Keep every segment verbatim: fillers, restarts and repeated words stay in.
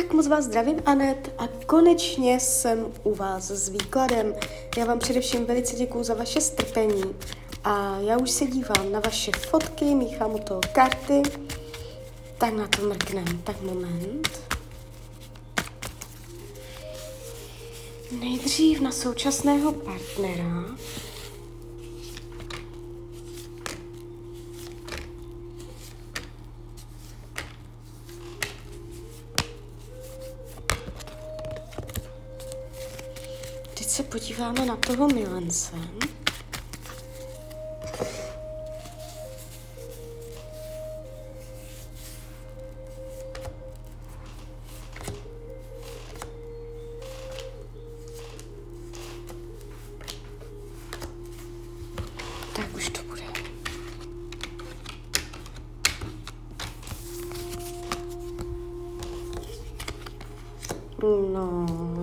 Tak moc vás zdravím, Anet, a konečně jsem u vás s výkladem. Já vám především velice děkuju za vaše strpení a já už se dívám na vaše fotky, míchám u toho karty, tak na to mrknem, tak moment. Nejdřív na současného partnera. Teď se podíváme na toho milence. Tak už to bude. No.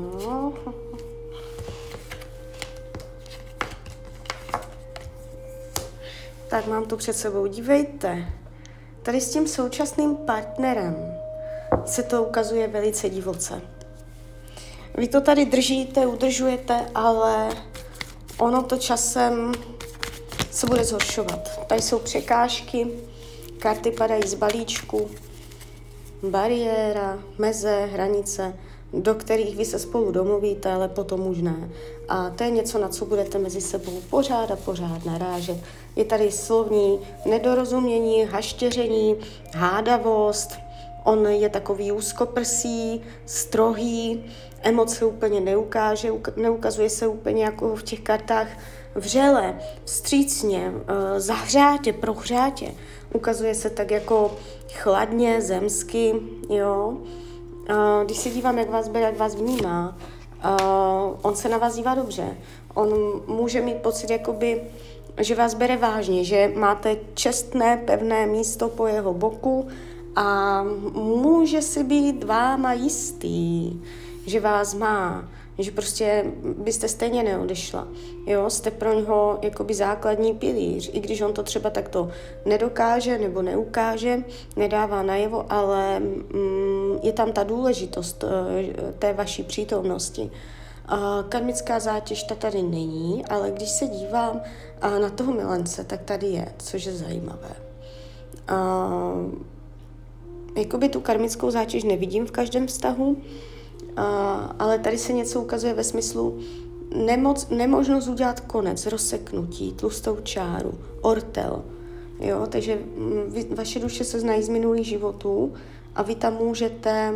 Tak mám tu před sebou, dívejte. Tady s tím současným partnerem se to ukazuje velice divoce. Vy to tady držíte, udržujete, ale ono to časem se bude zhoršovat. Tady jsou překážky, karty padají z balíčku, bariéra, meze, hranice, do kterých vy se spolu domluvíte, ale potom už ne. A to je něco, na co budete mezi sebou pořád a pořád narážet. Je tady slovní nedorozumění, haštěření, hádavost, on je takový úzkoprsý, strohý, emoce úplně neukáže, neukazuje se úplně jako v těch kartách vřele, vstřícně, zahřátě, prohřátě. Ukazuje se tak jako chladně, zemsky, jo. Když se dívám, jak vás bere, jak vás vnímá, on se na vás dívá dobře. On může mít pocit, jakoby, že vás bere vážně, že máte čestné, pevné místo po jeho boku a může si být váma jistý, že vás má, že prostě byste stejně neodešla. Jo, jste pro něho jakoby základní pilíř, i když on to třeba takto nedokáže nebo neukáže, nedává najevo, ale mm, je tam ta důležitost uh, té vaší přítomnosti. Uh, karmická zátěž ta tady není, ale když se dívám uh, na toho milence, tak tady je, což je zajímavé. Uh, jakoby tu karmickou zátěž nevidím v každém vztahu, Uh, ale tady se něco ukazuje ve smyslu nemoc, nemožnost udělat konec, rozseknutí, tlustou čáru, ortel. Jo? Takže vy, vaše duše se znají z minulých životů a vy tam můžete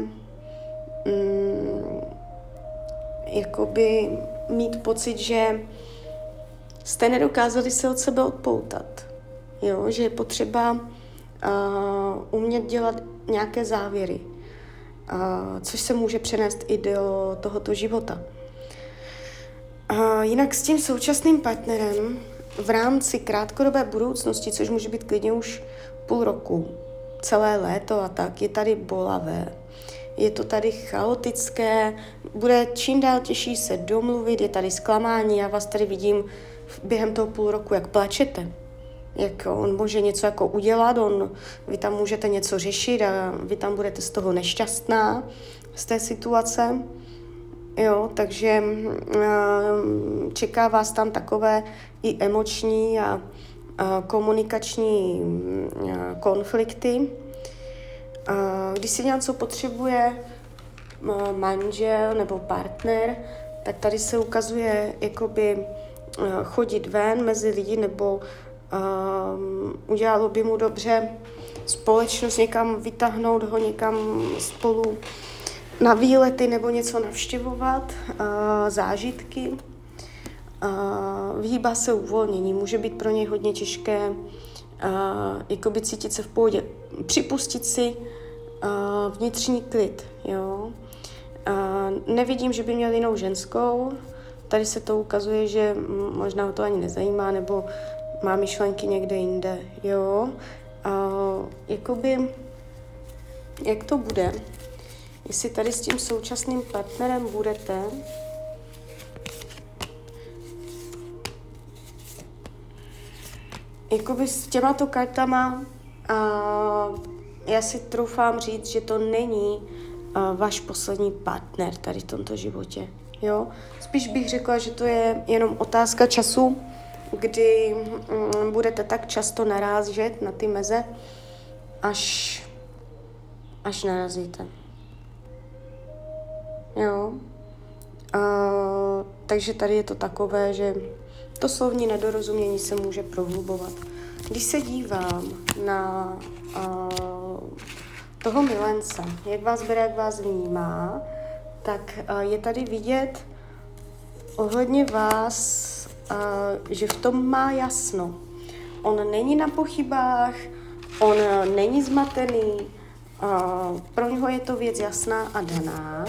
mm, jakoby mít pocit, že jste nedokázali se od sebe odpoutat. Jo? Že je potřeba uh, umět dělat nějaké závěry. Uh, což se může přenést i do tohoto života. Uh, jinak s tím současným partnerem v rámci krátkodobé budoucnosti, což může být klidně už půl roku, celé léto a tak, je tady bolavé. Je to tady chaotické, bude čím dál těžší se domluvit, je tady zklamání, já vás tady vidím během toho půl roku, jak plačete. Jak on může něco jako udělat, on, vy tam můžete něco řešit a vy tam budete z toho nešťastná, z té situace. Jo, takže uh, čeká vás tam takové i emoční a, a komunikační uh, konflikty. Uh, když si něco potřebuje uh, manžel nebo partner, tak tady se ukazuje jakoby uh, chodit ven mezi lidi nebo Um, udělalo by mu dobře společnost někam vytáhnout ho, někam spolu na výlety nebo něco navštěvovat, uh, zážitky. Uh, vyhýbá se uvolnění, může být pro něj hodně těžké uh, jakoby cítit se v pohodě, připustit si uh, vnitřní klid. Jo? Uh, nevidím, že by měl jinou ženskou, tady se to ukazuje, že možná ho to ani nezajímá, nebo má myšlenky někde jinde, jo. A jakoby, jak to bude, jestli tady s tím současným partnerem budete, jakoby s těmato kartama, a já si troufám říct, že to není váš poslední partner tady v tomto životě. Jo? Spíš bych řekla, že to je jenom otázka času, kdy mm, budete tak často narážet na ty meze, až, až narazíte. Jo? A, takže tady je to takové, že to slovní nedorozumění se může prohlubovat. Když se dívám na a, toho milence, jak vás bere, jak vás vnímá, tak a, je tady vidět ohledně vás, a, že v tom má jasno. On není na pochybách, on není zmatený, a, pro něho je to věc jasná a daná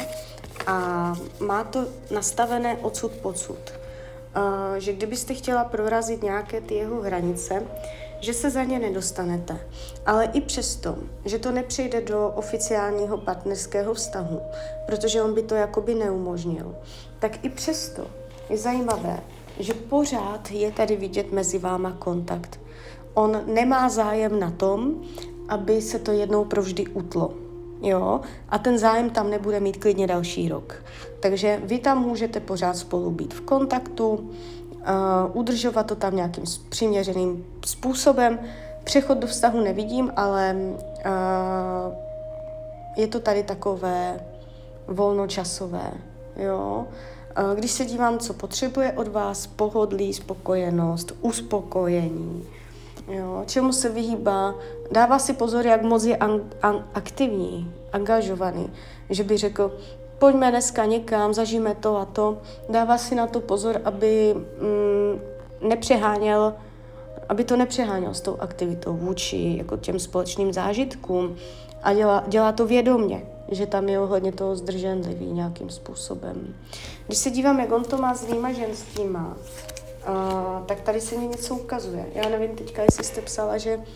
a má to nastavené odsud pocud. Uh, že kdybyste chtěla prorazit nějaké ty jeho hranice, že se za ně nedostanete. Ale i přesto, že to nepřejde do oficiálního partnerského vztahu, protože on by to jakoby neumožnil, tak i přesto je zajímavé, že pořád je tady vidět mezi váma kontakt. On nemá zájem na tom, aby se to jednou provždy utlo. Jo? A ten zájem tam nebude mít klidně další rok. Takže vy tam můžete pořád spolu být v kontaktu, uh, udržovat to tam nějakým přiměřeným způsobem. Přechod do vztahu nevidím, ale uh, je to tady takové volnočasové. Jo? Uh, když se dívám, co potřebuje od vás, pohodlí, spokojenost, uspokojení, jo, čemu se vyhýbá, dává si pozor, jak moc je an, an, aktivní, angažovaný, že by řekl, pojďme dneska někam, zažijeme to a to, dává si na to pozor, aby mm, nepřeháněl, aby to nepřeháněl s tou aktivitou vůči jako těm společným zážitkům a dělá, dělá to vědomě, že tam je ohledně toho zdrženlivý nějakým způsobem. Když se dívám, jak on to má s jinýma ženskýma, Uh, tak tady se mi něco ukazuje. Já nevím teďka, jestli jste psala, že uh,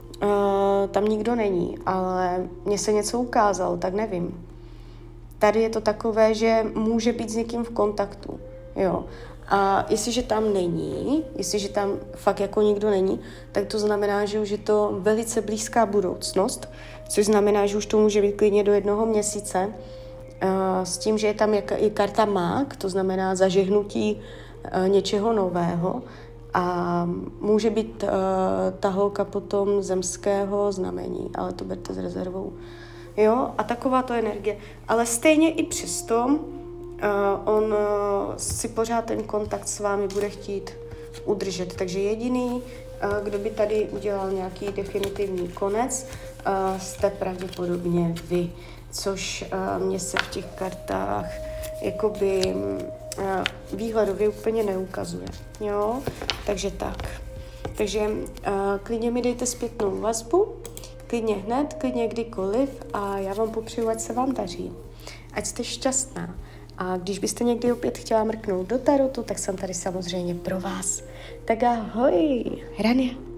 tam nikdo není, ale mně se něco ukázalo, tak nevím. Tady je to takové, že může být s někým v kontaktu. Jo. A jestliže tam není, jestliže tam fakt jako nikdo není, tak to znamená, že už je to velice blízká budoucnost, což znamená, že už to může být klidně do jednoho měsíce, uh, s tím, že je tam jak, i karta mák, to znamená zažehnutí něčeho nového a může být uh, ta holka potom zemského znamení, ale to berte s rezervou. Jo, a taková to energie. Ale stejně i přesto uh, on uh, si pořád ten kontakt s vámi bude chtít udržet. Takže jediný, uh, kdo by tady udělal nějaký definitivní konec, uh, jste pravděpodobně vy, což uh, mě se v těch kartách jakoby výhledově úplně neukazuje. Jo? Takže tak. Takže uh, klidně mi dejte zpětnou vazbu, klidně hned, klidně kdykoliv a já vám popřeju, ať se vám daří. Ať jste šťastná. A když byste někdy opět chtěla mrknout do tarotu, tak jsem tady samozřejmě pro vás. Tak ahoj, Rania.